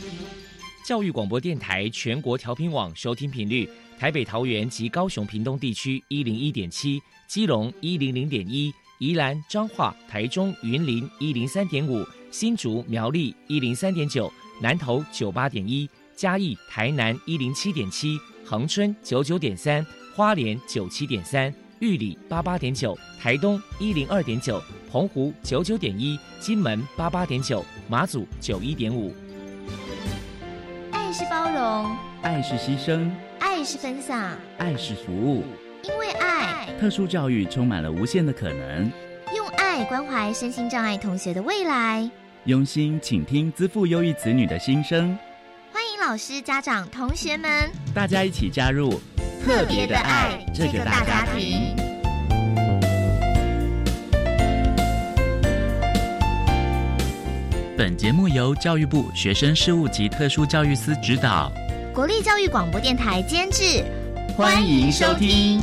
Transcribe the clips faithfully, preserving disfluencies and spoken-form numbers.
教育广播电台全国调频网收听频率：台北、桃园及高雄屏东地区一零一点七，基隆一零零点一，宜兰、彰化、台中、云林一零三点五，新竹、苗栗一零三点九，南投九八点一，嘉义、台南一零七点七，恒春九九点三，花莲九七点三，玉里八八点九，台东一零二点九，澎湖九九点一，金门八八点九，马祖九一点五。 爱是包容， 爱是牺牲， 爱是分享， 爱是服务。 因为爱， 特殊教育充满了无限的可能。 用爱关怀身心障碍同学的未来， 用心倾听资赋优异子女的心声。 欢迎老师、家长、同学们， 大家一起加入特别的爱这个大家庭。本节目由教育部学生事务及特殊教育司指导， 国立教育广播电台监制， 欢迎收听。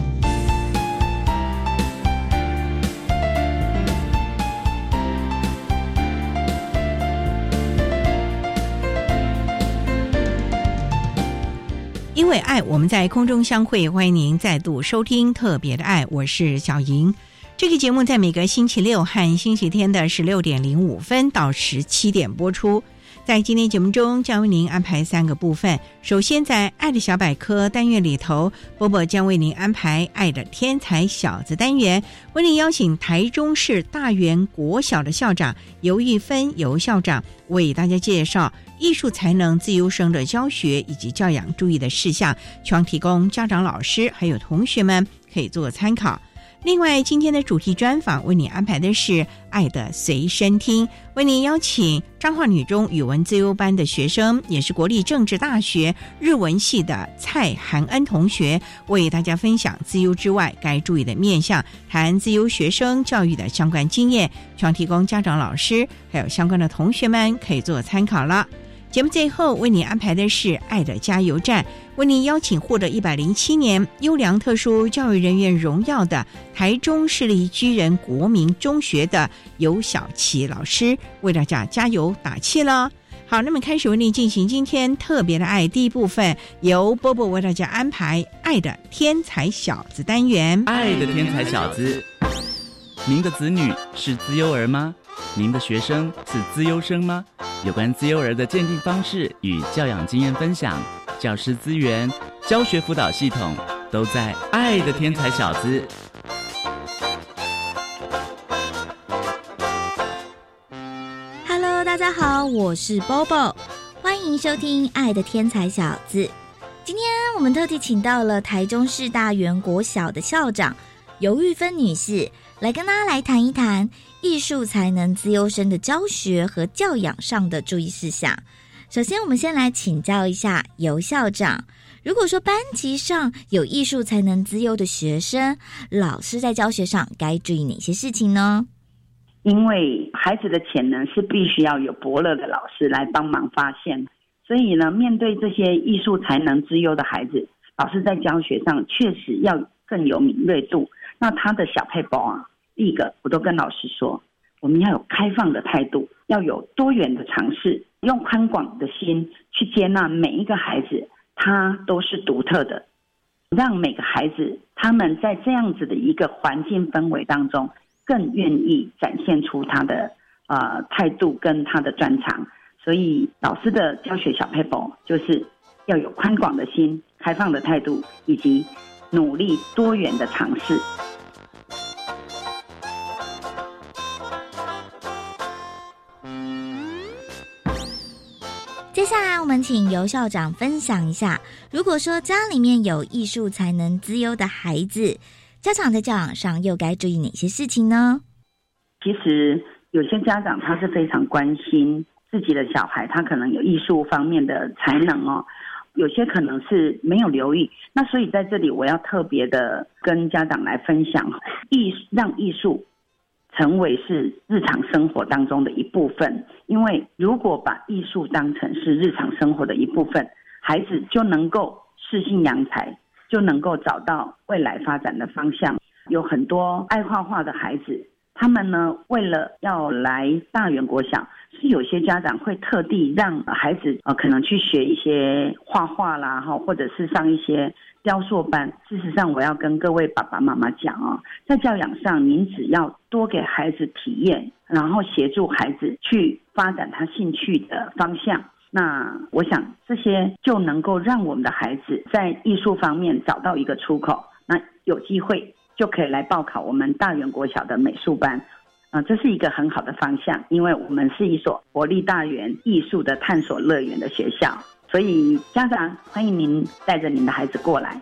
因为爱，我们在空中相会，欢迎您再度收听特别的爱，我是小莹。这个节目在每个星期六和星期天的十六点零五分到十七点播出。在今天节目中，将为您安排三个部分。首先，在爱的小百科单元里头，波波将为您安排爱的天才小子单元，为您邀请台中市大园国小的校长游玉芬游校长为大家介绍艺术才能自优生的教学以及教养注意的事项，希望提供家长、老师还有同学们可以做参考。另外，今天的主题专访为你安排的是爱的随身听，为你邀请彰化女中语文自优班的学生，也是国立政治大学日文系的蔡涵恩同学，为大家分享自优之外该注意的面向，谈自优学生教育的相关经验，希望提供家长、老师还有相关的同学们可以做参考了。节目最后为你安排的是爱的加油站，为你邀请获得一百零七年优良特殊教育人员荣耀的台中市立居仁国民中学的游小琪老师为大家加油打气了。好，那么开始为你进行今天特别的爱第一部分，由波波为大家安排爱的天才小子单元。 爱的天才小子，您的子女是资优儿吗？您的学生是资优生吗？有关资优儿的鉴定方式与教养经验分享，教师资源、教学辅导系统都在爱的天才小子。 Hello， 大家好，我是 Bobo， 欢迎收听爱的天才小子。今天我们特地请到了台中市大园国小的校长游玉芬女士，来跟大家来谈一谈艺术才能资优生的教学和教养上的注意事项。首先，我们先来请教一下游校长，如果说班级上有艺术才能资优的学生，老师在教学上该注意哪些事情呢？ 因为孩子的潜能是必须要有伯乐的老师来帮忙发现，所以呢，面对这些艺术才能资优的孩子，老师在教学上确实要更有敏锐度。那他的小配包啊，第一个我都跟老师说，我们要有开放的态度，要有多元的尝试，用宽广的心去接纳每一个孩子，他都是独特的，让每个孩子他们在这样子的一个环境氛围当中更愿意展现出他的呃态度跟他的专长。所以老师的教学小配包就是要有宽广的心、开放的态度，以及努力多元的尝试。 接下来我们请游校长分享一下，如果说家里面有艺术才能资优的孩子，家长在教养上又该注意哪些事情呢？ 其实有些家长他是非常关心自己的小孩，他可能有艺术方面的才能哦，有些可能是没有留意。那所以在这里我要特别的跟家长来分享，艺让艺术成为是日常生活当中的一部分。因为如果把艺术当成是日常生活的一部分，孩子就能够适性扬才，就能够找到未来发展的方向。有很多爱画画的孩子，他们呢为了要来大园国小， 是有些家长会特地让孩子呃可能去学一些画画啦，或者是上一些雕塑班。事实上，我要跟各位爸爸妈妈讲哦，在教养上，您只要多给孩子体验，然后协助孩子去发展他兴趣的方向，那我想这些就能够让我们的孩子在艺术方面找到一个出口，那有机会就可以来报考我们大园国小的美术班。呃、这是一个很好的方向，因为我们是一所国立大园艺术的探索乐园的学校，所以家长欢迎您带着您的孩子过来。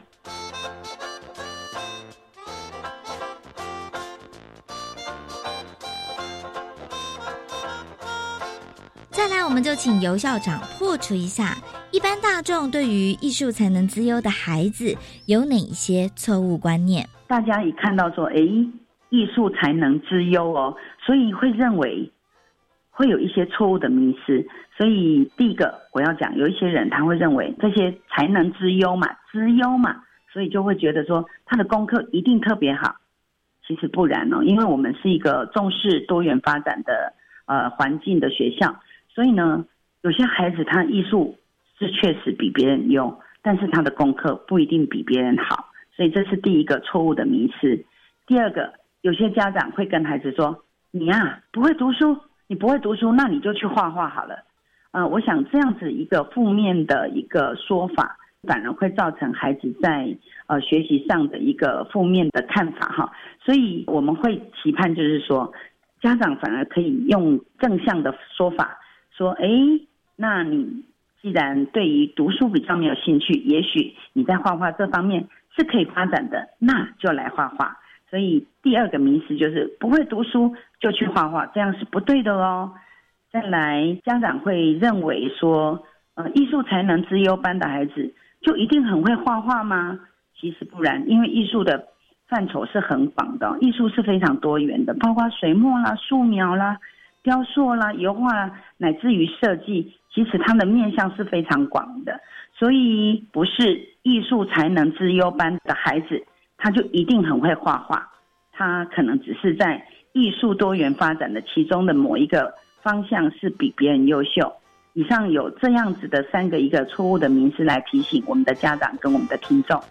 再来，我们就请尤校长破除一下一般大众对于艺术才能资优的孩子有哪一些错误观念。 大家一看到说，诶，艺术才能资优哦，所以会认为会有一些错误的迷思。所以第一个我要讲，有一些人他会认为这些才能资优嘛，资优嘛，所以就会觉得说他的功课一定特别好。其实不然哦，因为我们是一个重视多元发展的呃环境的学校，所以呢，有些孩子他艺术是确实比别人优，但是他的功课不一定比别人好，所以这是第一个错误的迷思。第二个，有些家长会跟孩子说，你啊不会读书，你不会读书，那你就去画画好了。呃，我想这样子一个负面的一个说法，反而会造成孩子在呃学习上的一个负面的看法哈。所以我们会期盼就是说，家长反而可以用正向的说法说，哎，那你既然对于读书比较没有兴趣，也许你在画画这方面是可以发展的，那就来画画。所以第二个迷思就是不会读书就去画画，这样是不对的哦。再来，家长会认为说，呃，艺术才能资优班的孩子就一定很会画画吗？其实不然，因为艺术的范畴是很广的，艺术是非常多元的，包括水墨啦、素描啦、雕塑啦、油画啦，乃至于设计，其实它的面向是非常广的。所以不是艺术才能资优班的孩子他就一定很会画画，他可能只是在艺术多元发展的其中的某一个方向是比别人优秀。以上有这样子的三个一个错误的迷思来提醒我们的家长跟我们的听众。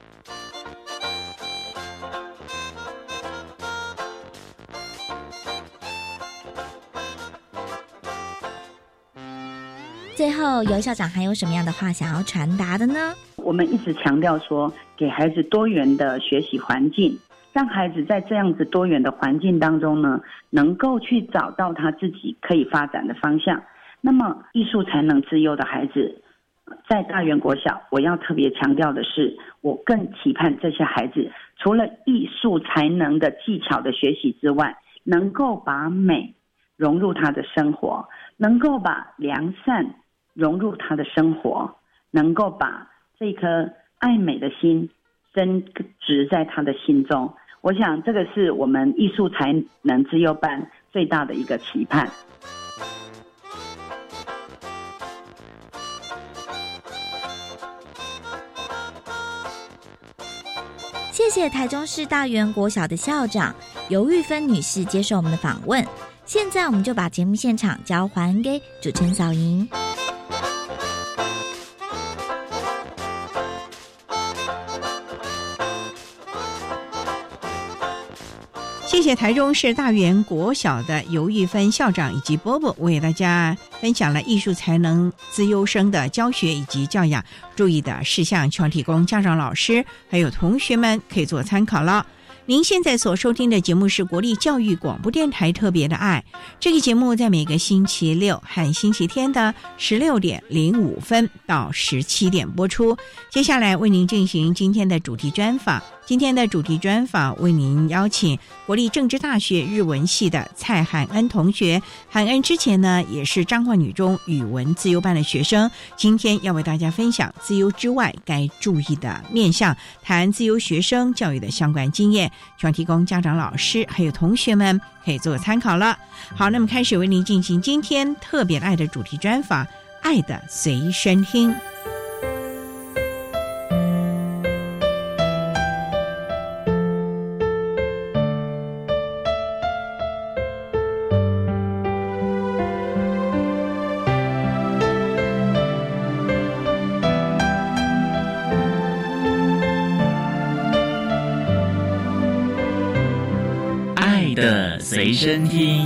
最后，尤校长还有什么样的话想要传达的呢？ 我们一直强调说，给孩子多元的学习环境，让孩子在这样子多元的环境当中呢，能够去找到他自己可以发展的方向。那么艺术才能资优的孩子，在大园国小，我要特别强调的是，我更期盼这些孩子除了艺术才能的技巧的学习之外，能够把美融入他的生活，能够把良善融入他的生活，能够把这颗爱美的心深植在他的心中。我想这个是我们艺术才能资优班最大的一个期盼。 谢谢台中市大园国小的校长尤玉芬女士接受我们的访问。现在我们就把节目现场交还给主持人小莹。 谢谢台中市大园国小的尤玉芬校长以及波波为大家分享了艺术才能资优生的教学以及教养注意的事项，希望提供家长、老师还有同学们可以做参考了。您现在所收听的节目是国立教育广播电台特别的爱，这个节目在每个星期六和星期天的十六点零五分到十七点播出。接下来为您进行今天的主题专访。今天的主题专访为您邀请国立政治大学日文系的蔡汉恩同学。汉恩之前呢也是彰化女中语文自优班的学生，今天要为大家分享自优之外该注意的面向，谈自优学生教育的相关经验，希望提供家长、老师还有同学们可以做参考了。好，那么开始为您进行今天特别爱的主题专访，爱的随身听。 随身听。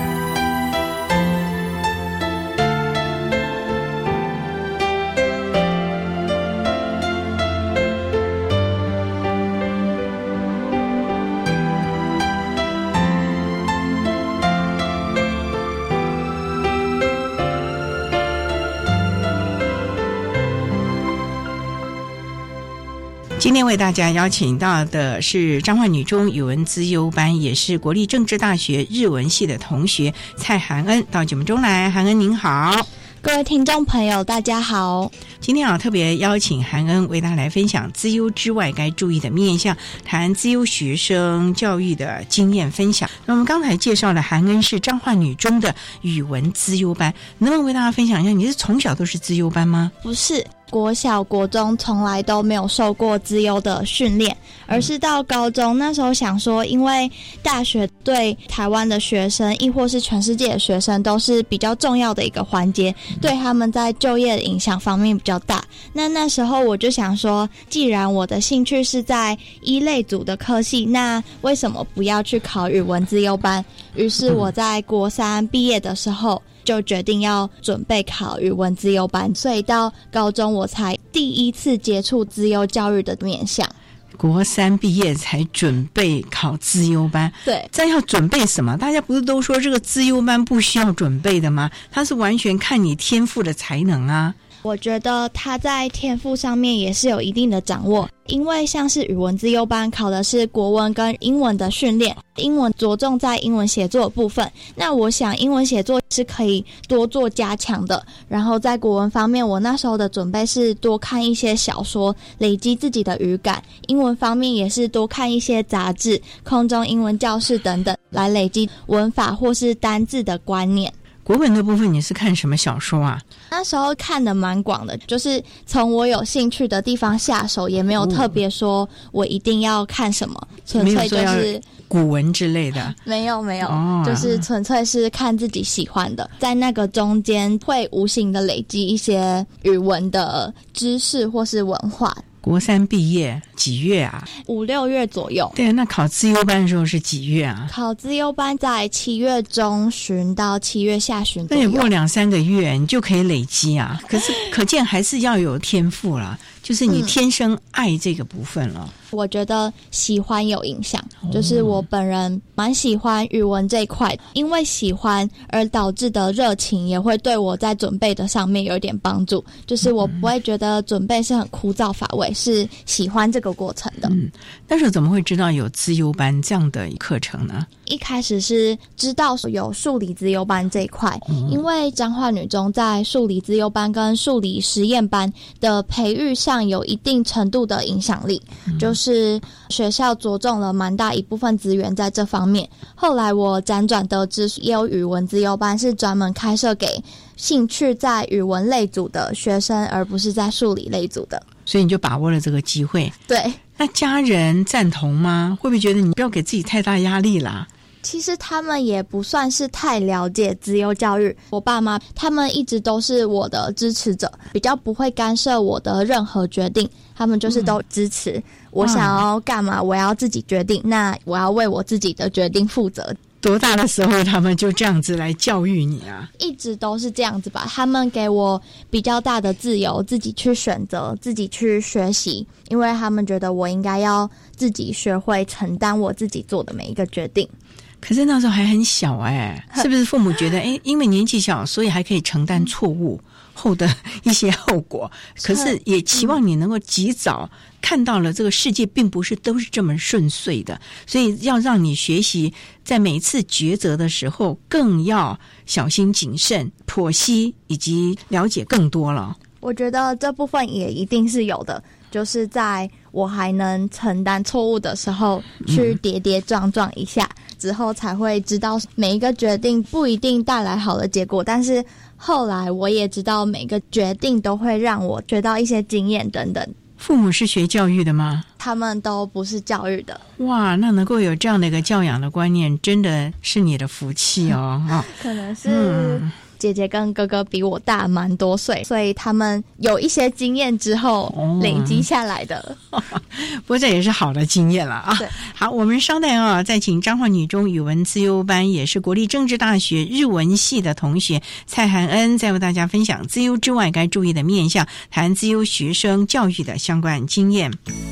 今天为大家邀请到的是彰化女中语文资优班，也是国立政治大学日文系的同学蔡涵恩到节目中来。涵恩您好。 各位听众朋友大家好， 今天啊特别邀请涵恩为大家来分享资优之外该注意的面向，谈资优学生教育的经验分享。那我们刚才介绍了涵恩是彰化女中的语文资优班，能不能为大家分享一下，你是从小都是资优班吗？ 不是，国小国中从来都没有受过资优的训练，而是到高中那时候想说，因为大学对台湾的学生亦或是全世界的学生都是比较重要的一个环节，对他们在就业的影响方面比较大。那那时候我就想说，既然我的兴趣是在一类组的科系，那为什么不要去考语文资优班？于是我在国三毕业的时候就决定要准备考语文资优班，所以到高中我才第一次接触资优教育的面向。 国三毕业才准备考资优班， 对， 这要准备什么？大家不是都说这个资优班不需要准备的吗？它是完全看你天赋的才能啊。 我觉得他在天赋上面也是有一定的掌握，因为像是语文资优班考的是国文跟英文的训练，英文着重在英文写作的部分，那我想英文写作是可以多做加强的。然后在国文方面，我那时候的准备是多看一些小说，累积自己的语感，英文方面也是多看一些杂志、空中英文教室等等，来累积文法或是单字的观念。 国文的部分你是看什么小说啊？ 那时候看的蛮广的，就是从我有兴趣的地方下手，也没有特别说我一定要看什么，纯粹就是古文之类的。 没有没有、 哦、 就是纯粹是看自己喜欢的，在那个中间会无形的累积一些语文的知识或是文化。 国三毕业几月啊？ 五六月左右。 对，那考资优班的时候是几月啊？ 考资优班在七月中旬到七月下旬左右。 那也过两三个月你就可以累积啊。可是可见还是要有天赋啦，就是你天生爱这个部分了。 嗯，我觉得喜欢有影响，就是我本人蛮喜欢语文这一块，因为喜欢而导致的热情也会对我在准备的上面有一点帮助，就是我不会觉得准备是很枯燥乏味，是喜欢这个过程的。 嗯，但是怎么会知道有资优班这样的课程呢？ 一开始是知道有数理资优班这一块、嗯、因为彰化女中在数理资优班跟数理实验班的培育上有一定程度的影响力、嗯、就是学校着重了蛮大一部分资源在这方面。后来我辗转得知也有语文资优班是专门开设给兴趣在语文类组的学生，而不是在数理类组的， 所以你就把握了这个机会。 对， 那家人赞同吗？会不会觉得你不要给自己太大压力啦？ 其实他们也不算是太了解资优教育，我爸妈他们一直都是我的支持者，比较不会干涉我的任何决定，他们就是都支持、嗯、我想要干嘛我要自己决定，那我要为我自己的决定负责。 多大的时候他们就这样子来教育你啊？ 一直都是这样子吧，他们给我比较大的自由，自己去选择，自己去学习，因为他们觉得我应该要自己学会承担我自己做的每一个决定。 可是那时候还很小哎、欸，是不是父母觉得哎，因为年纪小，所以还可以承担错误后的一些后果？可是也期望你能够及早看到了这个世界并不是都是这么顺遂的，所以要让你学习在每次抉择的时候更要小心谨慎、剖析以及了解更多了。 我觉得这部分也一定是有的，就是在我还能承担错误的时候去跌跌撞撞一下、嗯、之后才会知道每一个决定不一定带来好的结果，但是后来我也知道每个决定都会让我学到一些经验等等。 父母是学教育的吗？ 他们都不是教育的。 哇，那能够有这样的一个教养的观念真的是你的福气哦。 可能是姐姐跟哥哥比我大蛮多岁，所以他们有一些经验之后累积下来的。 哦、不过这也是好的经验了啊。 对， 好，我们稍待啊，再请彰化女中语文资优班，也是国立政治大学日文系的同学蔡涵恩，再为大家分享资优之外该注意的面向，谈资优学生教育的相关经验。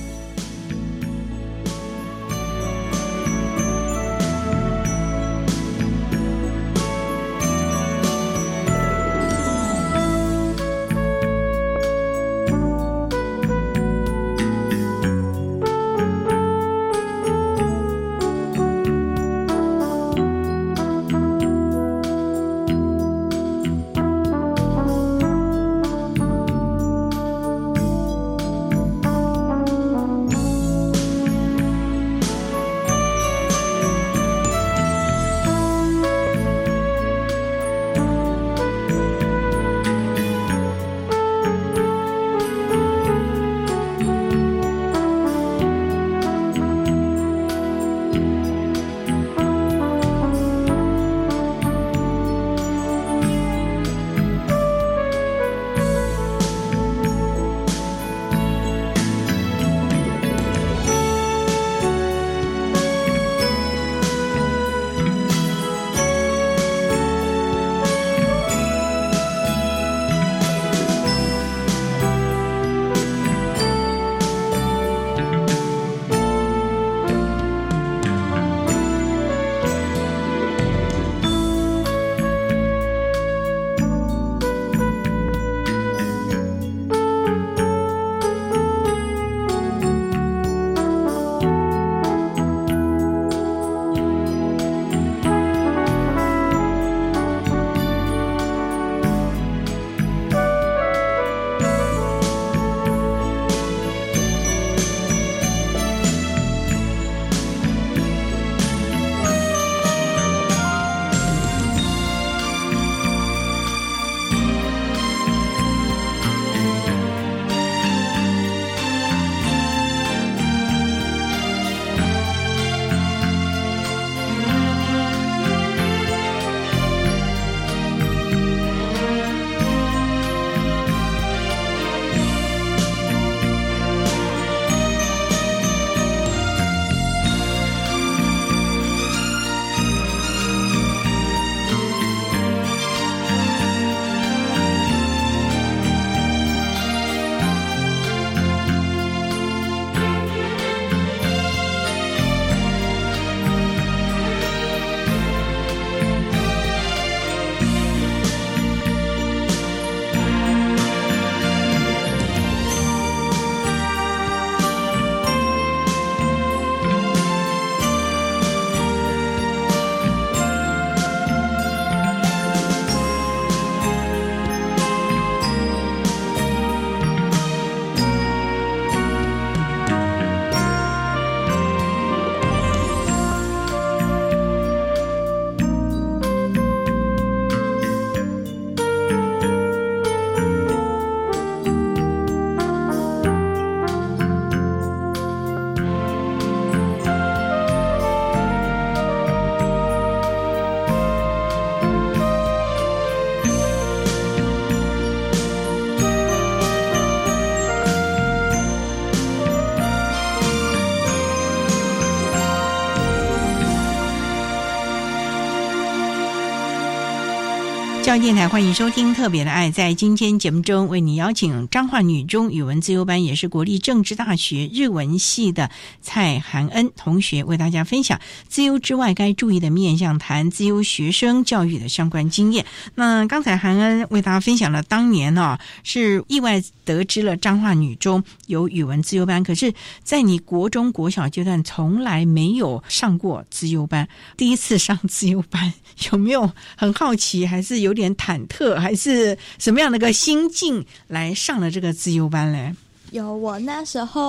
教育电台，欢迎收听特别的爱。在今天节目中，为你邀请彰化女中语文自由班，也是国立政治大学日文系的蔡涵恩同学，为大家分享自由之外该注意的面向，谈自由学生教育的相关经验。那刚才涵恩为大家分享了当年哦，是意外得知了彰化女中有语文自由班，可是在你国中国小阶段从来没有上过自由班，第一次上自由班，有没有很好奇，还是有点忐忑，还是什么样的一个心境来上了这个自由班嘞？ 有，我那时候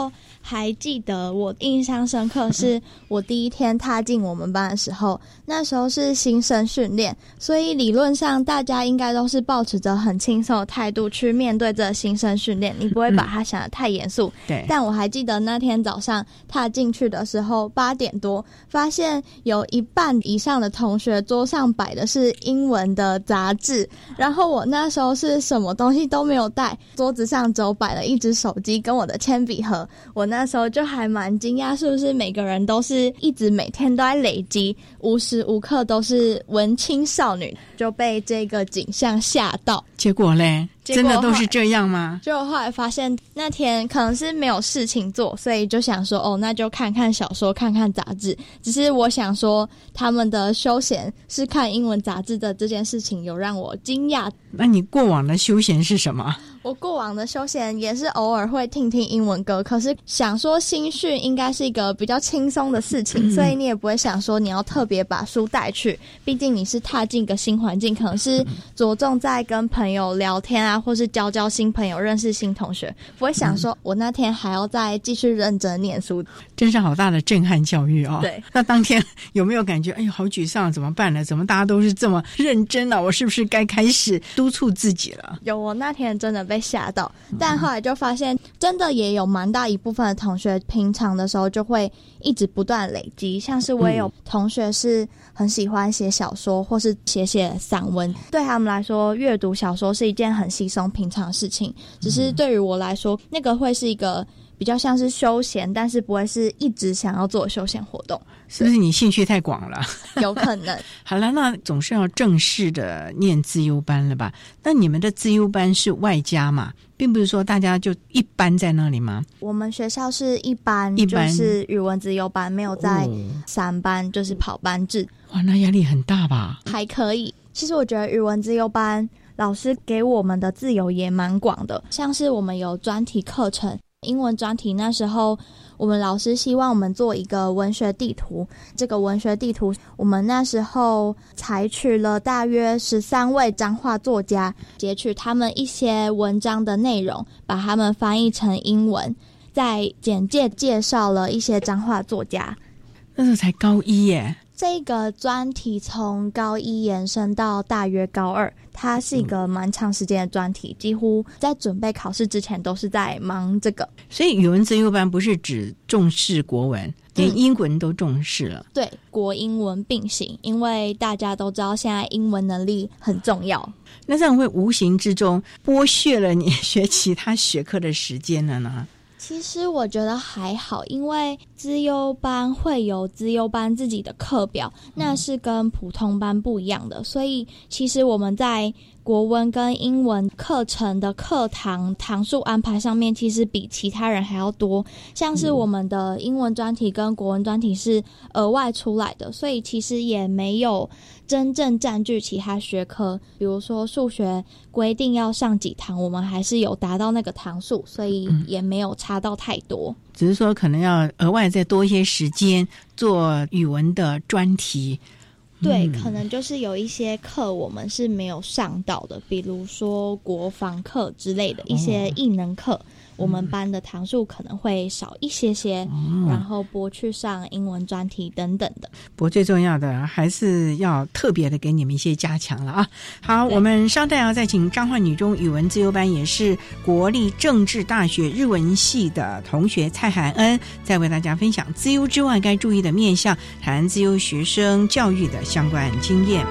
还记得我印象深刻是我第一天踏进我们班的时候，那时候是新生训练，所以理论上大家应该都是抱持着很轻松的态度去面对这新生训练，你不会把它想得太严肃、嗯、对。但我还记得那天早上踏进去的时候八点多，发现有一半以上的同学桌上摆的是英文的杂志，然后我那时候是什么东西都没有带，桌子上只有摆了一只手机跟我的铅笔盒。我那时候就还蛮惊讶，是不是每个人都是一直每天都在累积，无时无刻都是文青少女，就被这个景象吓到。 结果嘞，真的都是这样吗？ 就后来发现那天可能是没有事情做，所以就想说哦，那就看看小说看看杂志。只是我想说他们的休闲是看英文杂志的这件事情有让我惊讶。 那你过往的休闲是什么？ 我过往的休闲也是偶尔会听听英文歌，可是想说新训应该是一个比较轻松的事情、嗯、所以你也不会想说你要特别把书带去，毕竟你是踏进一个新环境，可能是着重在跟朋友聊天啊，或是交交新朋友，认识新同学，不会想说我那天还要再继续认真念书。 真是好大的震撼教育哦。 对， 那当天有没有感觉哎呦好沮丧，怎么办呢？怎么大家都是这么认真了、啊、我是不是该开始督促自己了？ 有，我那天真的被吓到，但后来就发现真的也有蛮大一部分的同学平常的时候就会一直不断累积，像是我也有同学是很喜欢写小说或是写写散文，对他们来说阅读小说是一件很稀松平常的事情，只是对于我来说那个会是一个比较像是休闲，但是不会是一直想要做的休闲活动。 是不是你兴趣太广了？ 有可能。 好了，那总是要正式的念资优班了吧？那你们的资优班是外加嘛，并不是说大家就一班在那里吗？ 我们学校是一班， 一班就是语文资优班，没有在三班、哦、就是跑班制。 哇，那压力很大吧？ 还可以。其实我觉得语文资优班老师给我们的自由也蛮广的，像是我们有专题课程，英文专题那时候我们老师希望我们做一个文学地图，这个文学地图我们那时候采取了大约十三位彰化作家，截取他们一些文章的内容，把他们翻译成英文，再简介介绍了一些彰化作家。 那时候才高一耶。 这个专题从高一延伸到大约高二，它是一个蛮长时间的专题，几乎在准备考试之前都是在忙这个。 所以语文资优班不是只重视国文，连英文都重视了、嗯、 对，国英文并行，因为大家都知道现在英文能力很重要。 那这样会无形之中剥削了你学其他学科的时间了呢？ 其实我觉得还好，因为资优班会有资优班自己的课表，那是跟普通班不一样的，所以其实我们在国文跟英文课程的课堂堂数安排上面其实比其他人还要多，像是我们的英文专题跟国文专题是额外出来的，所以其实也没有真正占据其他学科，比如说数学规定要上几堂，我们还是有达到那个堂数，所以也没有差到太多、嗯、 只是说可能要额外再多一些时间做语文的专题。 对，可能就是有一些课我们是没有上到的，比如说国防课之类的一些艺能课、哦、我们班的堂数可能会少一些些、嗯、然后拨去上英文专题等等的。 不过最重要的还是要特别的给你们一些加强了啊！好，我们稍待要再请彰化女中语文资优班也是国立政治大学日文系的同学蔡涵恩，再为大家分享资优之外该注意的面向，谈资优学生教育的相关经验。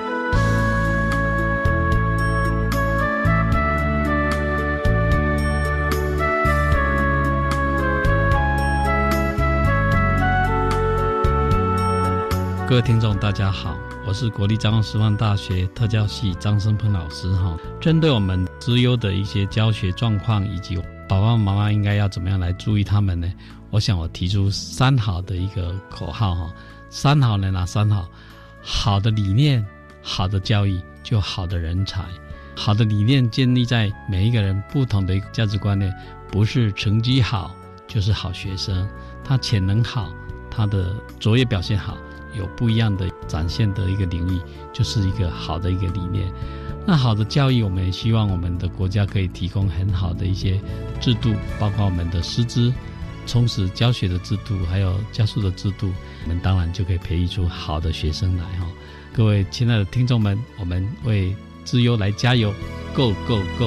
各位听众大家好，我是国立彰化师范大学特教系张生鹏老师。针对我们资优的一些教学状况以及爸爸妈妈应该要怎么样来注意他们呢？我想我提出三好的一个口号。三好呢，哪三好？好的理念，好的教育，就好的人才。好的理念建立在每一个人不同的一个价值观念，不是成绩好就是好学生，他潜能好，他的卓越表现好，有不一样的展现的一个领域，就是一个好的一个理念。那好的教育，我们也希望我们的国家可以提供很好的一些制度，包括我们的师资、 充实教学的制度，还有教书的制度，我们当然就可以培育出好的学生来哈。各位亲爱的听众们，我们为资优来加油 ，Go Go Go！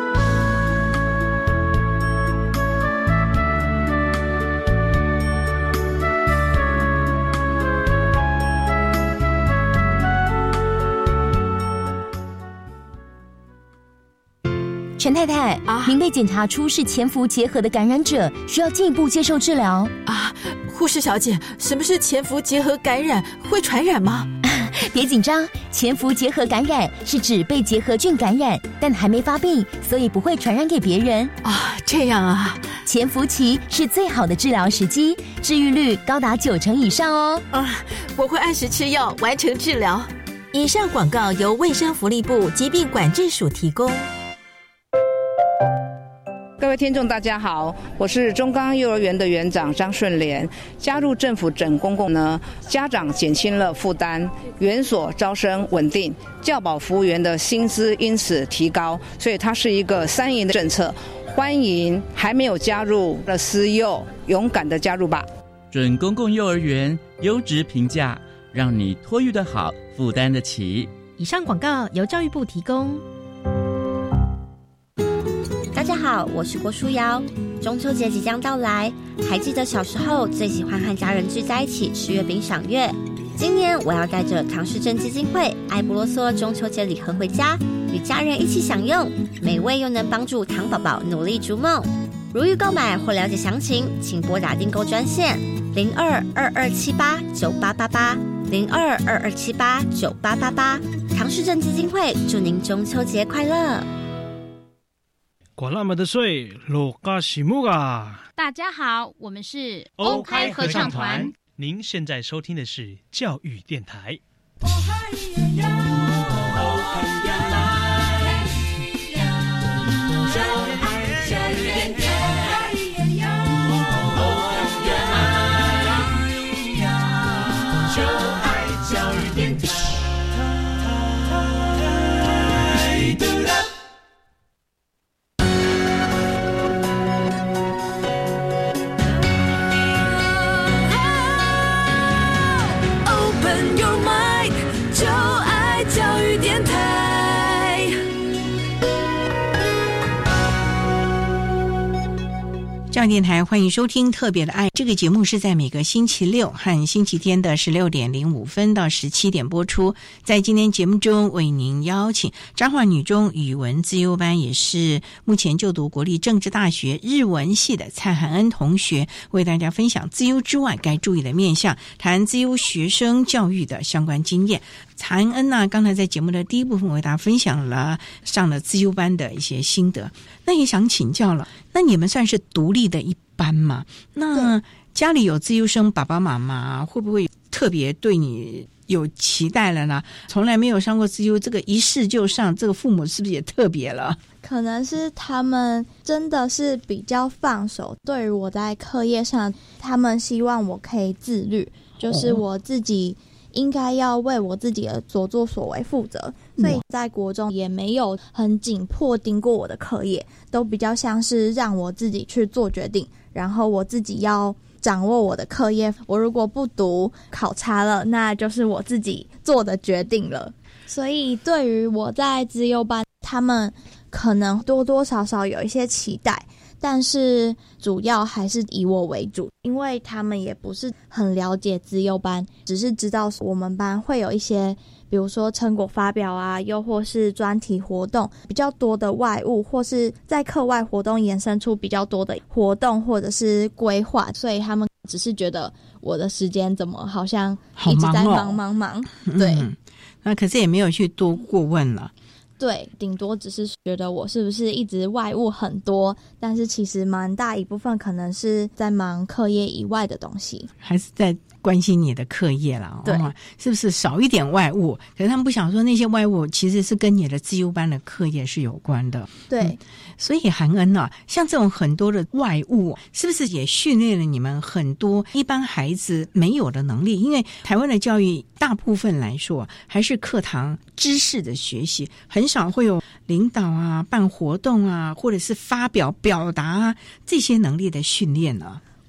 陈太太啊，您被检查出是潜伏结核的感染者，需要进一步接受治疗啊。护士小姐，什么是潜伏结核感染？会传染吗？ 别紧张，潜伏结核感染是指被结核菌感染，但还没发病，所以不会传染给别人啊。这样啊， 潜伏期是最好的治疗时机，治愈率高达九成以上哦。 啊，我会按时吃药，完成治疗。以上广告由卫生福利部疾病管制署提供。 各位听众大家好，我是中钢幼儿园的园长张顺莲。加入政府整公共呢，家长减轻了负担，园所招生稳定，教保服务员的薪资因此提高，所以它是一个三赢的政策。欢迎还没有加入的私幼勇敢的加入吧。 准公共幼儿园优质评价，让你托育得好，负担得起。 以上广告由教育部提供。 大家好，我是郭书瑶。中秋节即将到来，还记得小时候最喜欢和家人聚在一起吃月饼赏月。今年我要带着唐氏症基金会爱不啰嗦中秋节礼盒回家，与家人一起享用，美味又能帮助唐宝宝努力逐梦。如欲购买或了解详情，请拨打订购专线零二二二七八九八八八零二二二七八九八八八。唐氏症基金会祝您中秋节快乐。 管那么的水，罗嘎西木啊！ 大家好，我们是欧开合唱团。您现在收听的是教育电台。 教育电台欢迎收听特别的爱，这个节目是在每个星期六和星期天的十六点零五分到十七点播出。在今天节目中为您邀请彰化女中语文资优班，也是目前就读国立政治大学日文系的蔡涵恩同学，为大家分享资优之外该注意的面向，谈资优学生教育的相关经验。蔡涵恩呢，刚才在节目的第一部分为大家分享了上了资优班的一些心得，那也想请教了，那你们算是独立的一班吗？那家里有资优生，爸爸妈妈会不会特别对你有期待了呢？从来没有上过资优，这个一试就上，这个父母是不是也特别了？ 可能是他们真的是比较放手，对于我在课业上，他们希望我可以自律，就是我自己应该要为我自己的所作所为负责，所以在国中也没有很紧迫盯过我的课业，都比较像是让我自己去做决定，然后我自己要掌握我的课业，我如果不读考差了，那就是我自己做的决定了。所以对于我在资优班，他们可能多多少少有一些期待，但是主要还是以我为主，因为他们也不是很了解资优班，只是知道我们班会有一些比如说成果发表啊，又或是专题活动比较多的外务，或是在课外活动延伸出比较多的活动或者是规划，所以他们只是觉得我的时间怎么好像一直在忙忙忙、哦、对、 嗯、那可是也没有去多过问了。 对，顶多只是觉得我是不是一直外务很多，但是其实蛮大一部分可能是在忙课业以外的东西， 还是在关心你的课业啦。 对、 哦，是不是少一点外务？可是他们不想说那些外务其实是跟你的资优班的课业是有关的。 对、 嗯、所以涵恩啊，像这种很多的外务，是不是也训练了你们很多一般孩子没有的能力？因为台湾的教育大部分来说还是课堂知识的学习，很少会有领导啊、办活动啊，或者是发表表达啊这些能力的训练啊。 我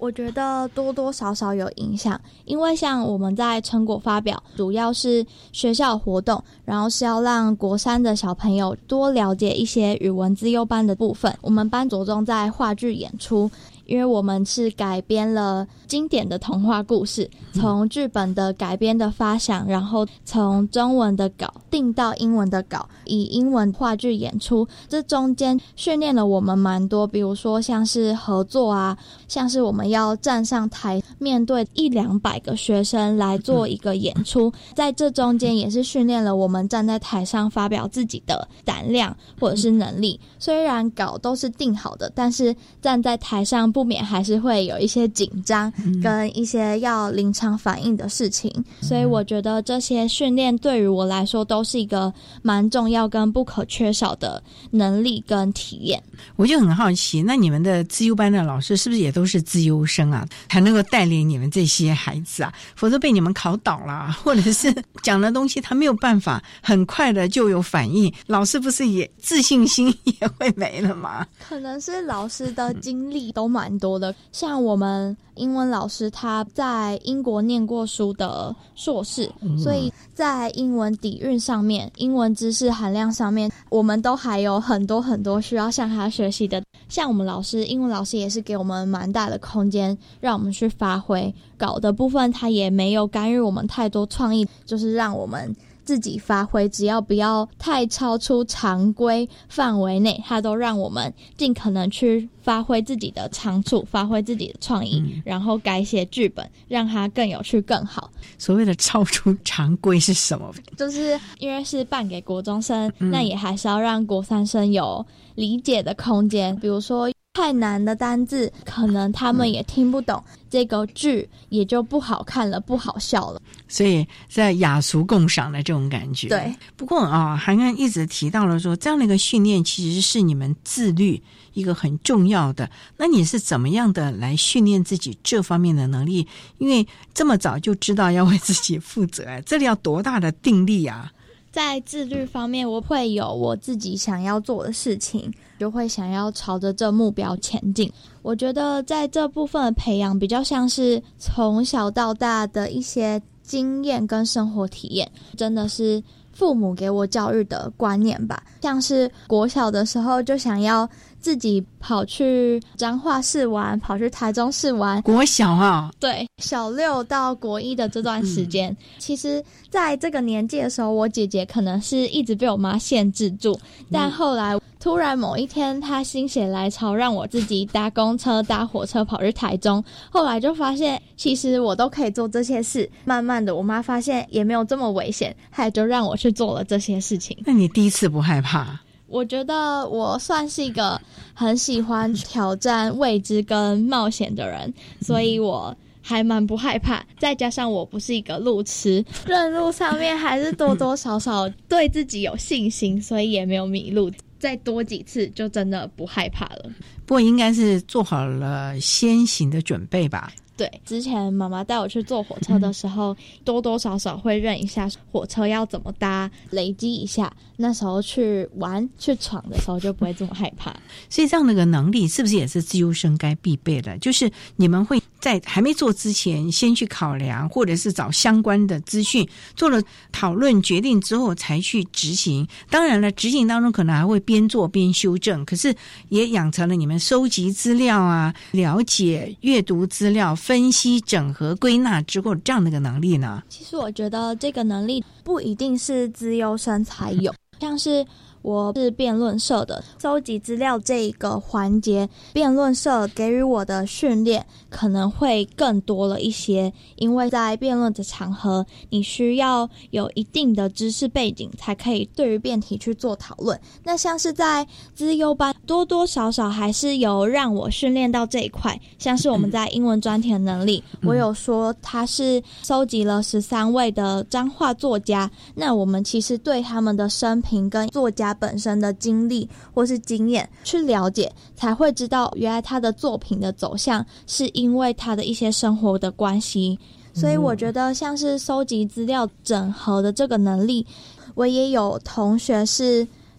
我觉得多多少少有影响，因为像我们在成果发表主要是学校活动，然后是要让国三的小朋友多了解一些语文资优班的部分。我们班着重在话剧演出，因为我们是改编了经典的童话故事，从剧本的改编的发想，然后从中文的稿定到英文的稿，以英文话剧演出。这中间训练了我们蛮多，比如说像是合作啊，像是我们要站上台面对一两百个学生来做一个演出，在这中间也是训练了我们站在台上发表自己的胆量或者是能力。虽然稿都是定好的，但是站在台上不免还是会有一些紧张跟一些要临场反应的事情，所以我觉得这些训练对于我来说都是一个蛮重要跟不可缺少的能力跟体验。 我就很好奇，那你们的资优班的老师是不是也都是资优生啊，才能够带领你们这些孩子啊？否则被你们考倒了，或者是讲的东西他没有办法很快的就有反应，老师不是也自信心也会没了吗？ 可能是老师的经历都蛮多的，像我们英文老师他在英国念过书的硕士，所以在英文底蕴上面，英文知识含量上面，我们都还有很多很多需要向他学习的。像我们老师，英文老师也是给我们蛮大的空间让我们去发挥，稿的部分他也没有干预我们太多创意，就是让我们自己发挥，只要不要太超出常规范围内，他都让我们尽可能去发挥自己的长处，发挥自己的创意、嗯、然后改写剧本让它更有趣更好。 所谓的超出常规是什么？ 就是因为是办给国中生、嗯、那也还是要让国三生有理解的空间，比如说太难的单字可能他们也听不懂、嗯、这个剧也就不好看了，不好笑了， 所以在雅俗共赏的这种感觉。 对， 不过啊，涵涵一直提到了说这样的一个训练其实是你们自律一个很重要的，那你是怎么样的来训练自己这方面的能力？因为这么早就知道要为自己负责，这里要多大的定力啊！ 在自律方面，我会有我自己想要做的事情，就会想要朝着这目标前进。我觉得在这部分的培养比较像是从小到大的一些经验跟生活体验，真的是父母给我教育的观念吧。像是国小的时候就想要自己跑去彰化市玩，跑去台中市玩。 国小啊？ 对，小六到国一的这段时间、嗯、其实在这个年纪的时候，我姐姐可能是一直被我妈限制住、嗯、但后来突然某一天她心血来潮让我自己搭公车搭火车跑去台中，后来就发现其实我都可以做这些事，慢慢的我妈发现也没有这么危险，她也就让我去做了这些事情。 那你第一次不害怕？ 我觉得我算是一个很喜欢挑战未知跟冒险的人，所以我还蛮不害怕，再加上我不是一个路痴，认路上面还是多多少少对自己有信心，所以也没有迷路，再多几次就真的不害怕了。 不过应该是做好了先行的准备吧。 对，之前妈妈带我去坐火车的时候、嗯、多多少少会认一下火车要怎么搭，累积一下，那时候去玩去闯的时候就不会这么害怕。 所以这样的一个能力是不是也是自优生该必备的？就是你们会在还没做之前先去考量，或者是找相关的资讯，做了讨论决定之后才去执行。当然了，执行当中可能还会边做边修正，可是也养成了你们收集资料啊，了解阅读资料，分析整合归纳之后这样的一个能力呢？ 其实我觉得这个能力不一定是资优生才有，像是我是辩论社的，收集资料这一个环节，辩论社给予我的训练可能会更多了一些，因为在辩论的场合，你需要有一定的知识背景才可以对于辩题去做讨论。那像是在资优班，多多少少还是有让我训练到这一块，像是我们在英文专题的能力，嗯、我有说他是收集了十三位的彰化作家，那我们其实对他们的生平跟作家本身的经历或是经验去了解，才会知道原来他的作品的走向是因为他的一些生活的关系。所以我觉得像是收集资料整合的这个能力，我也有同学是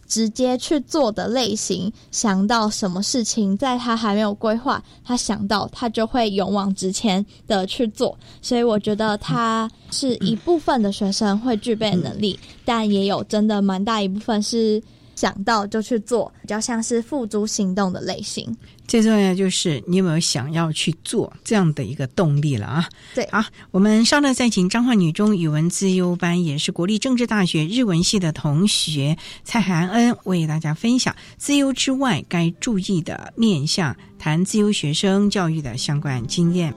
直接去做的类型，想到什么事情在他还没有规划，他想到他就会勇往直前的去做，所以我觉得他是一部分的学生会具备能力，但也有真的蛮大一部分是想到就去做，比较像是付诸行动的类型。 最重要就是你有没有想要去做这样的一个动力了啊？ 对， 好，我们稍后再请彰化女中语文资优班，也是国立政治大学日文系的同学蔡涵恩为大家分享资优之外该注意的面向，谈资优学生教育的相关经验。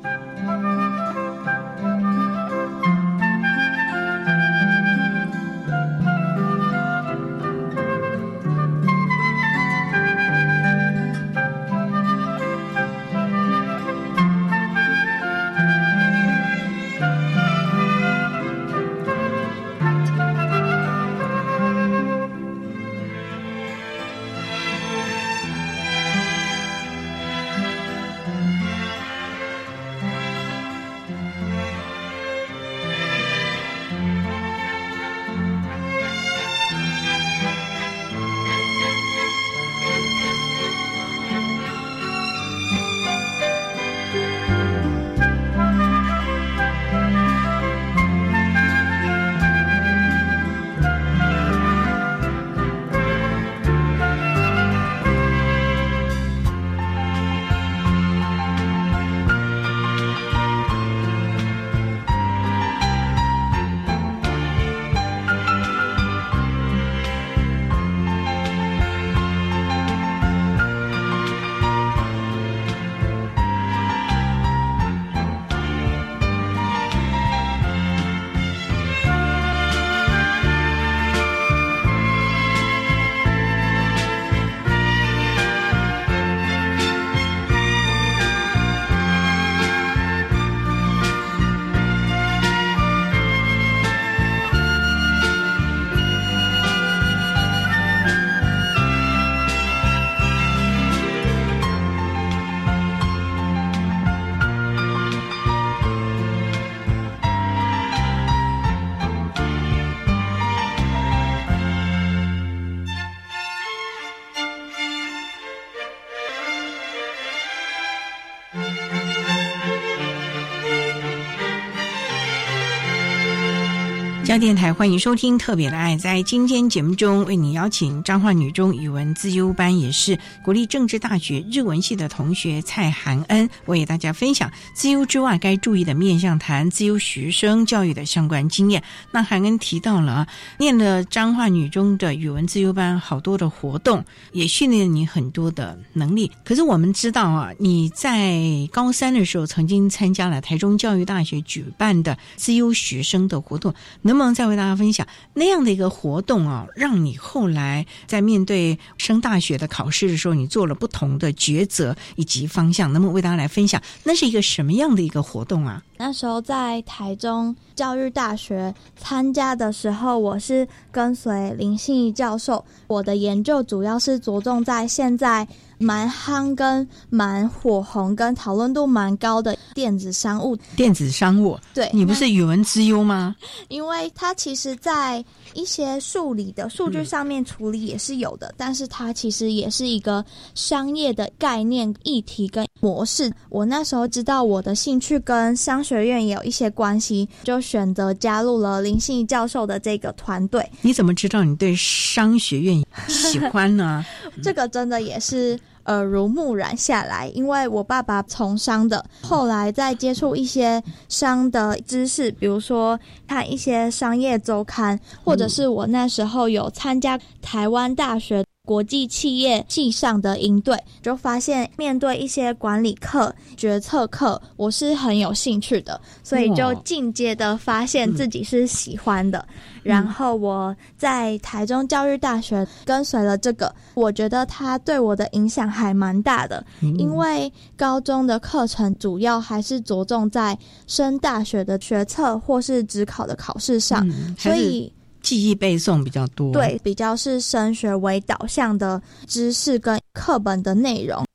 嘉电台欢迎收听特别的爱，在今天节目中为你邀请彰化女中语文资优班，也是国立政治大学日文系的同学蔡涵恩为大家分享资优之外该注意的面向，谈资优学生教育的相关经验。那涵恩提到了念了彰化女中的语文资优班，好多的活动也训练你很多的能力，可是我们知道啊，你在高三的时候曾经参加了台中教育大学举办的资优学生的活动，能不能再为大家分享那样的一个活动啊，让你后来在面对升大学的考试的时候，你做了不同的抉择以及方向，能不能为大家来分享那是一个什么样的一个活动啊？ 那时候在台中教育大学参加的时候，我是跟随林信怡教授，我的研究主要是着重在现在蛮夯跟蛮火红跟讨论度蛮高的电子商务。 电子商务， 对， 你不是语文资优吗？ 因为它其实在一些数理的数据上面处理也是有的、嗯、但是它其实也是一个商业的概念议题跟模式。我那时候知道我的兴趣跟商学院也有一些关系，就选择加入了林信怡教授的这个团队。 你怎么知道你对商学院喜欢呢？ 这个真的也是耳濡目染下来，因为我爸爸从商的，后来在接触一些商的知识，比如说看一些商业周刊，或者是我那时候有参加台湾大学国际企业系上的营队，就发现面对一些管理课、决策课，我是很有兴趣的，所以就进阶的发现自己是喜欢的。然后我在台中教育大学跟随了这个，我觉得它对我的影响还蛮大的，因为高中的课程主要还是着重在升大学的学测或是指考的考试上、嗯、所以记忆背诵比较多， 对，比较是升学为导向的知识跟课本的内容。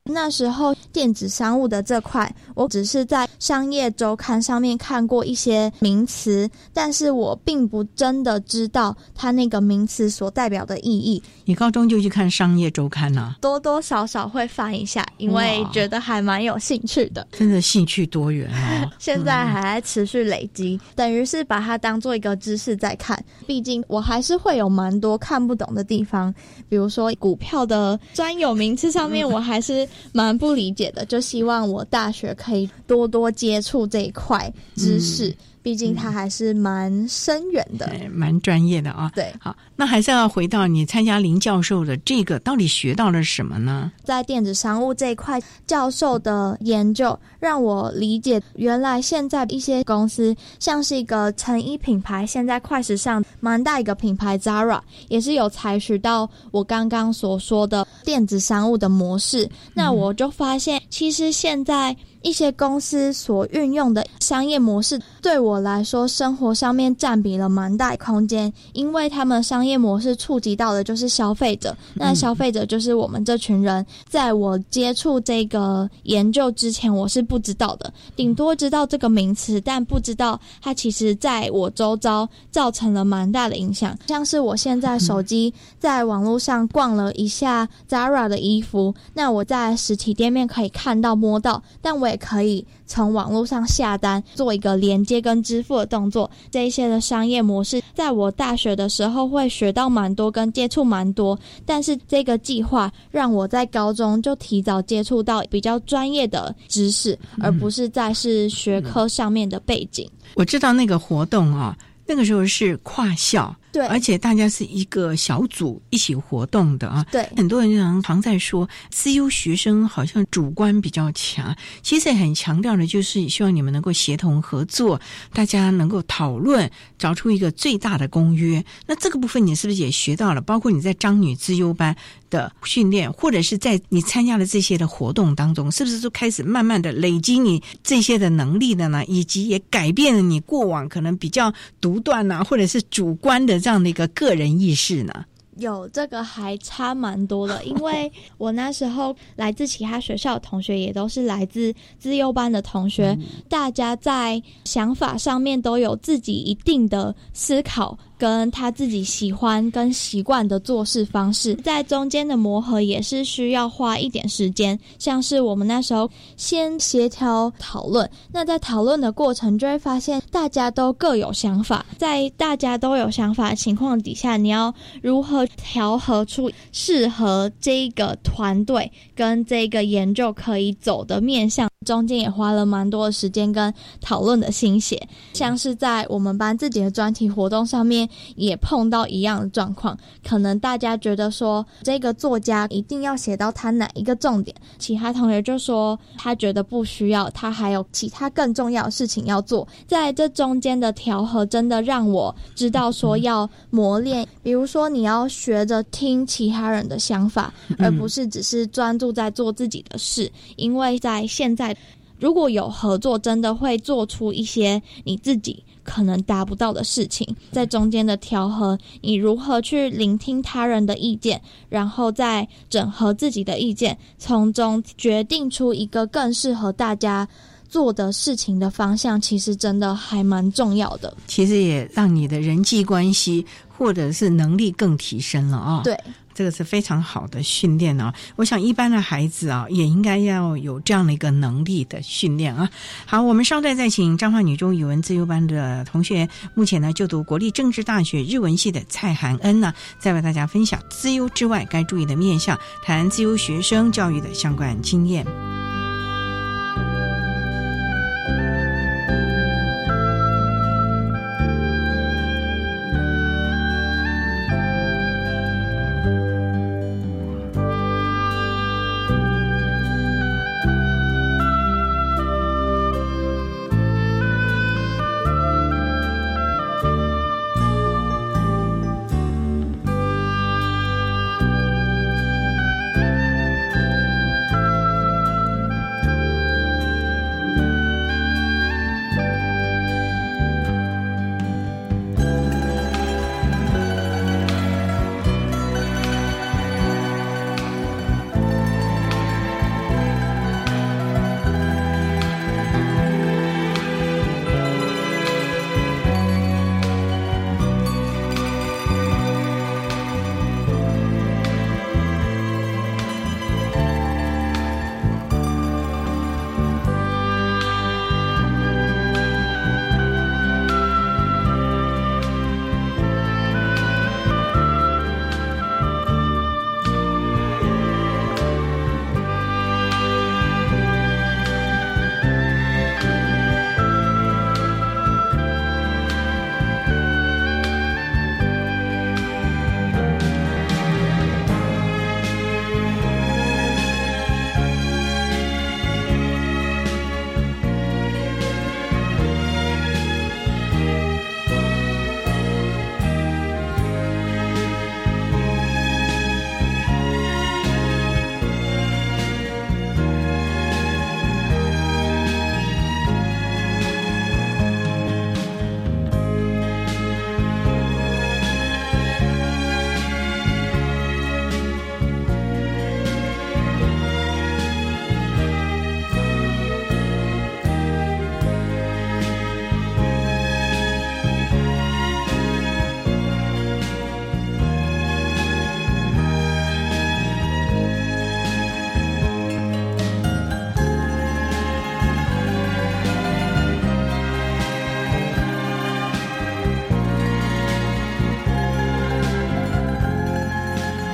那时候电子商务的这块，我只是在商业周刊上面看过一些名词，但是我并不真的知道它那个名词所代表的意义。 你高中就去看商业周刊啊？ 多多少少会翻一下，因为觉得还蛮有兴趣的。 真的兴趣多元哦。 现在还在持续累积、嗯、等于是把它当做一个知识在看，毕竟我还是会有蛮多看不懂的地方，比如说股票的专有名词上面我还是蛮不理解的，就希望我大学可以多多接触这一块知识、嗯，毕竟它还是蛮深远的， 蛮专业的啊。 对， 好，那还是要回到你参加林教授的这个，到底学到了什么呢？ 在电子商务这一块，教授的研究让我理解，原来现在一些公司，像是一个成衣品牌，现在快时尚蛮大一个品牌 Zara， 也是有采取到我刚刚所说的电子商务的模式。那我就发现，其实现在一些公司所运用的商业模式，对我来说生活上面占比了蛮大空间，因为他们商业模式触及到的就是消费者，那消费者就是我们这群人。在我接触这个研究之前，我是不知道的，顶多知道这个名词，但不知道它其实在我周遭造成了蛮大的影响。像是我现在手机在网络上逛了一下 Zara 的衣服，那我在实体店面可以看到摸到，但我也可以从网络上下单，做一个连接跟支付的动作。这一些的商业模式在我大学的时候会学到蛮多跟接触蛮多，但是这个计划让我在高中就提早接触到比较专业的知识，而不是在是学科上面的背景。 我知道那个活动啊，那个时候是跨校， 对， 而且大家是一个小组一起活动的啊。 对， 很多人常常在说资优学生好像主观比较强，其实很强调的就是希望你们能够协同合作，大家能够讨论，找出一个最大的公约。那这个部分你是不是也学到了？包括你在彰女资优班的训练，或者是在你参加的这些的活动当中，是不是就开始慢慢的累积你这些的能力的呢？以及也改变了你过往可能比较独断啊，或者是主观的这样的一个个人意识呢？ 有，这个还差蛮多的，因为我那时候来自其他学校的同学也都是来自资优班的同学、嗯、大家在想法上面都有自己一定的思考跟他自己喜欢跟习惯的做事方式，在中间的磨合也是需要花一点时间。像是我们那时候先协调讨论，那在讨论的过程就会发现大家都各有想法，在大家都有想法的情况底下，你要如何调和出适合这个团队跟这个研究可以走的面向，中间也花了蛮多的时间跟讨论的心血。像是在我们班自己的专题活动上面也碰到一样的状况，可能大家觉得说这个作家一定要写到他哪一个重点，其他同学就说他觉得不需要，他还有其他更重要的事情要做。在这中间的调和真的让我知道说要磨练，比如说你要学着听其他人的想法，而不是只是专注在做自己的事，因为在现在如果有合作，真的会做出一些你自己可能达不到的事情。在中间的调和，你如何去聆听他人的意见，然后再整合自己的意见，从中决定出一个更适合大家做的事情的方向，其实真的还蛮重要的。 其实也让你的人际关系或者是能力更提升了啊、哦。 对， 这个是非常好的训练啊！我想一般的孩子啊，也应该要有这样的一个能力的训练啊。好，我们稍待再请彰化女中语文自由班的同学，目前呢就读国立政治大学日文系的蔡涵恩呢，再为大家分享资优之外该注意的面向，谈资优学生教育的相关经验。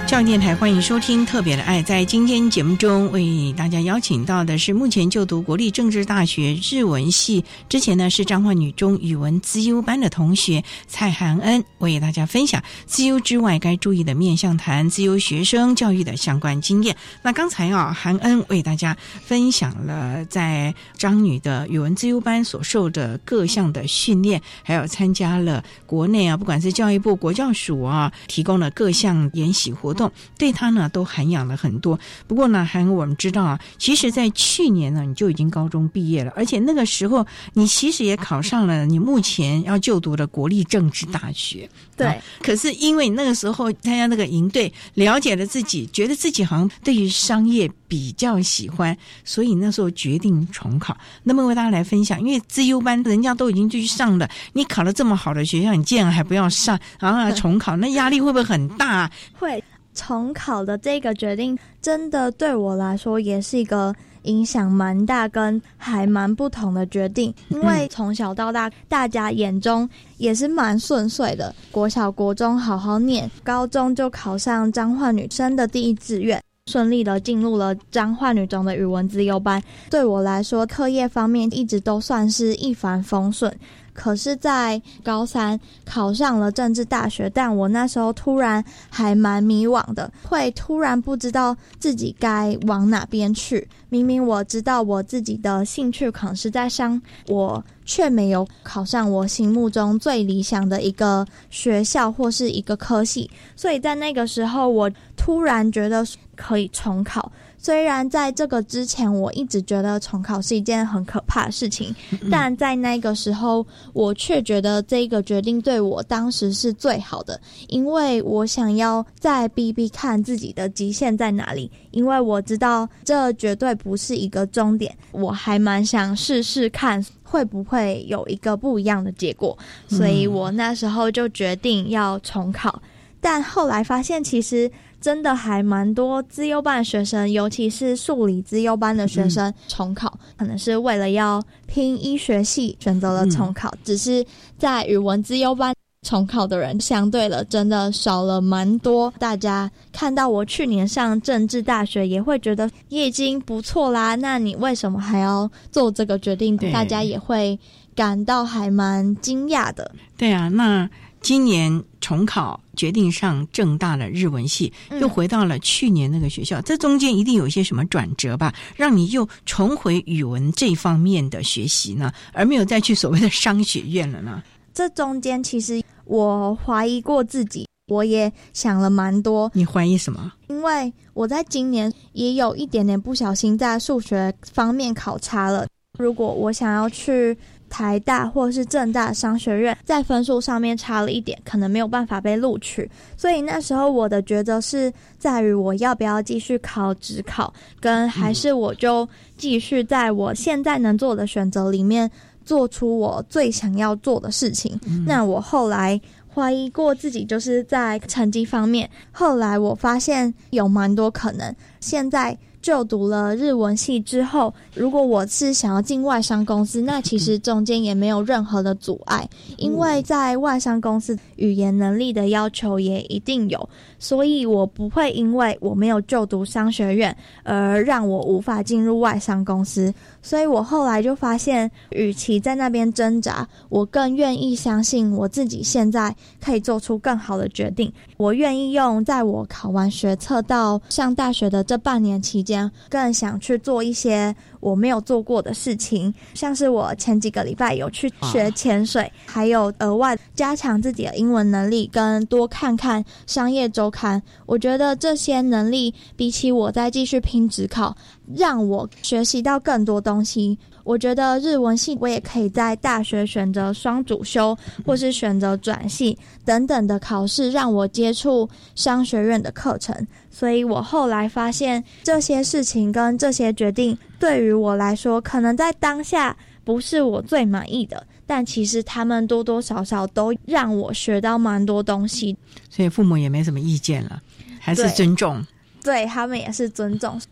教育电台欢迎收听特别的爱，在今天节目中为大家邀请到的是目前就读国立政治大学日文系，之前呢是彰化女中语文资优班的同学蔡涵恩，为大家分享资优之外该注意的面向，谈资优学生教育的相关经验。那刚才啊，涵恩为大家分享了在彰女的语文资优班所受的各项的训练，还有参加了国内啊，不管是教育部国教署啊提供了各项研习活动，对他呢都涵养了很多。不过呢，涵恩我们知道啊，其实在去年呢你就已经高中毕业了，而且那个时候你其实也考上了你目前要就读的国立政治大学。 对、 啊、可是因为那个时候参加那个营队，了解了自己，觉得自己好像对于商业比较喜欢，所以那时候决定重考。那么为大家来分享，因为资优班人家都已经去上了，你考了这么好的学校，你竟然还不要上，然后来重考，那压力会不会很大啊？ 会。重考的这个决定真的对我来说也是一个影响蛮大跟还蛮不同的决定，因为从小到大大家眼中也是蛮顺遂的，国小国中好好念，高中就考上彰化女生的第一志愿，顺利的进入了彰化女中的语文资优班。对我来说课业方面一直都算是一帆风顺，可是在高三考上了政治大学，但我那时候突然还蛮迷惘的，会突然不知道自己该往哪边去。明明我知道我自己的兴趣可能是在商，我却没有考上我心目中最理想的一个学校或是一个科系，所以在那个时候我突然觉得可以重考。虽然在这个之前我一直觉得重考是一件很可怕的事情，但在那个时候我却觉得这个决定对我当时是最好的，因为我想要再逼逼看自己的极限在哪里，因为我知道这绝对不是一个终点，我还蛮想试试看会不会有一个不一样的结果，所以我那时候就决定要重考。但后来发现其实真的还蛮多资优班的学生，尤其是数理资优班的学生重考、嗯、可能是为了要拼医学系选择了重考、嗯、只是在语文资优班重考的人相对了真的少了蛮多，大家看到我去年上政治大学也会觉得也已经不错啦，那你为什么还要做这个决定？大家也会感到还蛮惊讶的。 对啊，那今年重考决定上政大的日文系，又回到了去年那个学校、嗯、这中间一定有一些什么转折吧，让你又重回语文这方面的学习呢，而没有再去所谓的商学院了呢？ 这中间其实我怀疑过自己，我也想了蛮多。 你怀疑什么？ 因为我在今年也有一点点不小心在数学方面考差了，如果我想要去台大或是政大商学院，在分数上面差了一点，可能没有办法被录取，所以那时候我的抉择是在于我要不要继续考指考，跟还是我就继续在我现在能做的选择里面做出我最想要做的事情、嗯、那我后来怀疑过自己就是在成绩方面，后来我发现有蛮多可能。现在就读了日文系之后，如果我是想要进外商公司，那其实中间也没有任何的阻碍，因为在外商公司语言能力的要求也一定有，所以我不会因为我没有就读商学院而让我无法进入外商公司。所以我后来就发现，与其在那边挣扎，我更愿意相信我自己现在可以做出更好的决定。我愿意用在我考完学测到上大学的这半年期间，更想去做一些我没有做过的事情，像是我前几个礼拜有去学潜水、啊、还有额外加强自己的英文能力，跟多看看商业周刊。我觉得这些能力比起我再继续拼指考，让我学习到更多东西。我觉得日文系我也可以在大学选择双主修，或是选择转系等等的考试，让我接触商学院的课程。所以我后来发现这些事情跟这些决定对于我来说，可能在当下不是我最满意的，但其实他们多多少少都让我学到蛮多东西。 所以父母也没什么意见了，还是尊重。 对，他们也是尊重。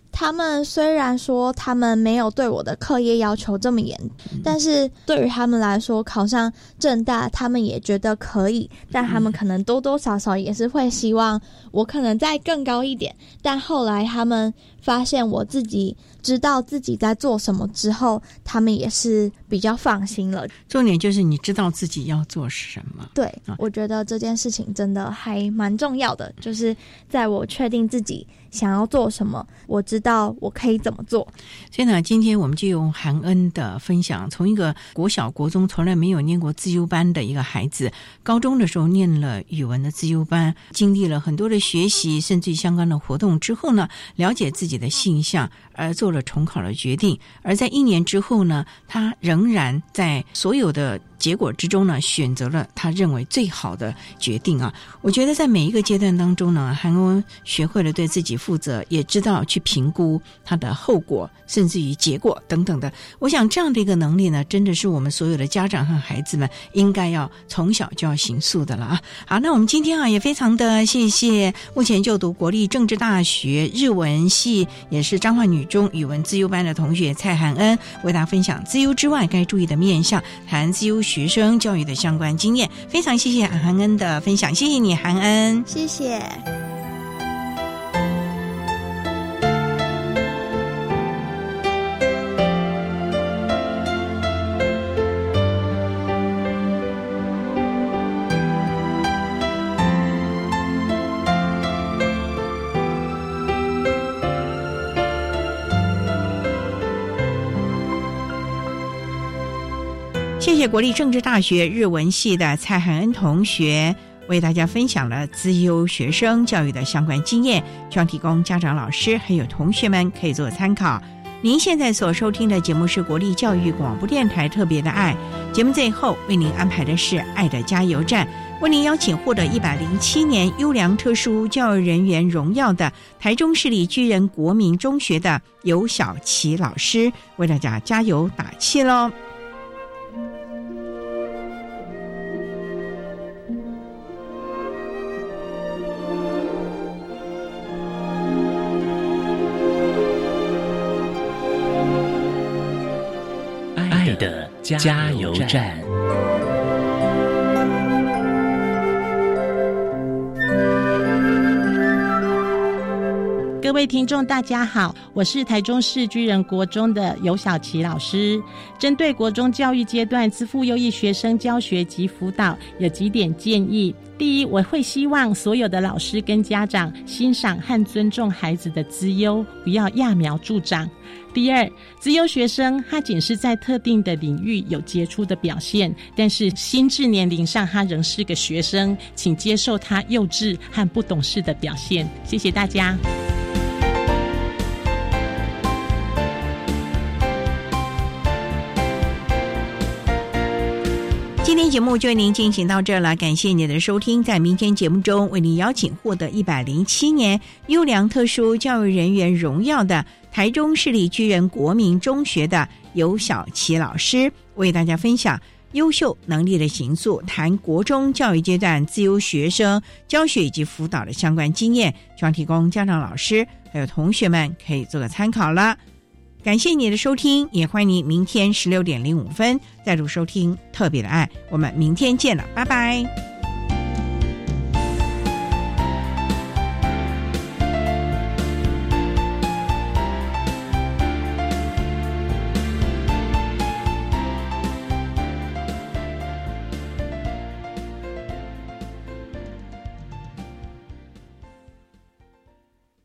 他们虽然说他们没有对我的课业要求这么严，嗯、但是对于他们来说，考上政大他们也觉得可以，但他们可能多多少少也是会希望我可能再更高一点。但后来他们发现我自己知道自己在做什么之后，他们也是比较放心了。 重点就是你知道自己要做什么。 对，啊、我觉得这件事情真的还蛮重要的，就是在我确定自己想要做什么，我知道我可以怎么做。 所以呢，今天我们就用韩恩的分享，从一个国小国中从来没有念过资优班的一个孩子，高中的时候念了语文的资优班，经历了很多的学习甚至相关的活动之后呢，了解自己的性向而做了重考的决定。而在一年之后呢，他仍然在所有的结果之中呢，选择了他认为最好的决定啊！我觉得在每一个阶段当中呢，韩恩学会了对自己负责，也知道去评估他的后果，甚至于结果等等的。我想这样的一个能力呢，真的是我们所有的家长和孩子们应该要从小就要形塑的了啊！好，那我们今天啊也非常的谢谢目前就读国立政治大学日文系，也是彰化女中语文资优班的同学蔡韩恩，为大家分享资优之外该注意的面向，谈资优学生教育的相关经验。非常谢谢韩恩的分享，谢谢你韩恩。 谢谢。 谢谢国立政治大学日文系的蔡韩恩同学为大家分享了资优学生教育的相关经验，希望提供家长、老师还有同学们可以做参考。您现在所收听的节目是国立教育广播电台特别的爱节目，最后为您安排的是爱的加油站，为您邀请获得一百零七年优良特殊教育人员荣耀的台中市立居仁国民中学的尤小琪老师为大家加油打气咯。 爱的加油站。 各位听众大家好，我是台中市居仁国中的尤小琪老师。针对国中教育阶段资赋优异学生教学及辅导有几点建议。第一，我会希望所有的老师跟家长欣赏和尊重孩子的资优，不要揠苗助长。第二，资优学生他仅是在特定的领域有杰出的表现，但是心智年龄上他仍是个学生，请接受他幼稚和不懂事的表现。谢谢大家。 今天节目就为您进行到这了，感谢您的收听。在明天节目中，为您邀请获得一百零七年优良特殊教育人员荣耀的台中市立居仁国民中学的尤小琪老师，为大家分享优秀能力的形塑，谈国中教育阶段资优学生教学以及辅导的相关经验，希望提供家长、老师还有同学们可以做个参考了。感谢你的收听，也欢迎你明天十六点零五分再度收听特别的爱，我们明天见了，拜拜。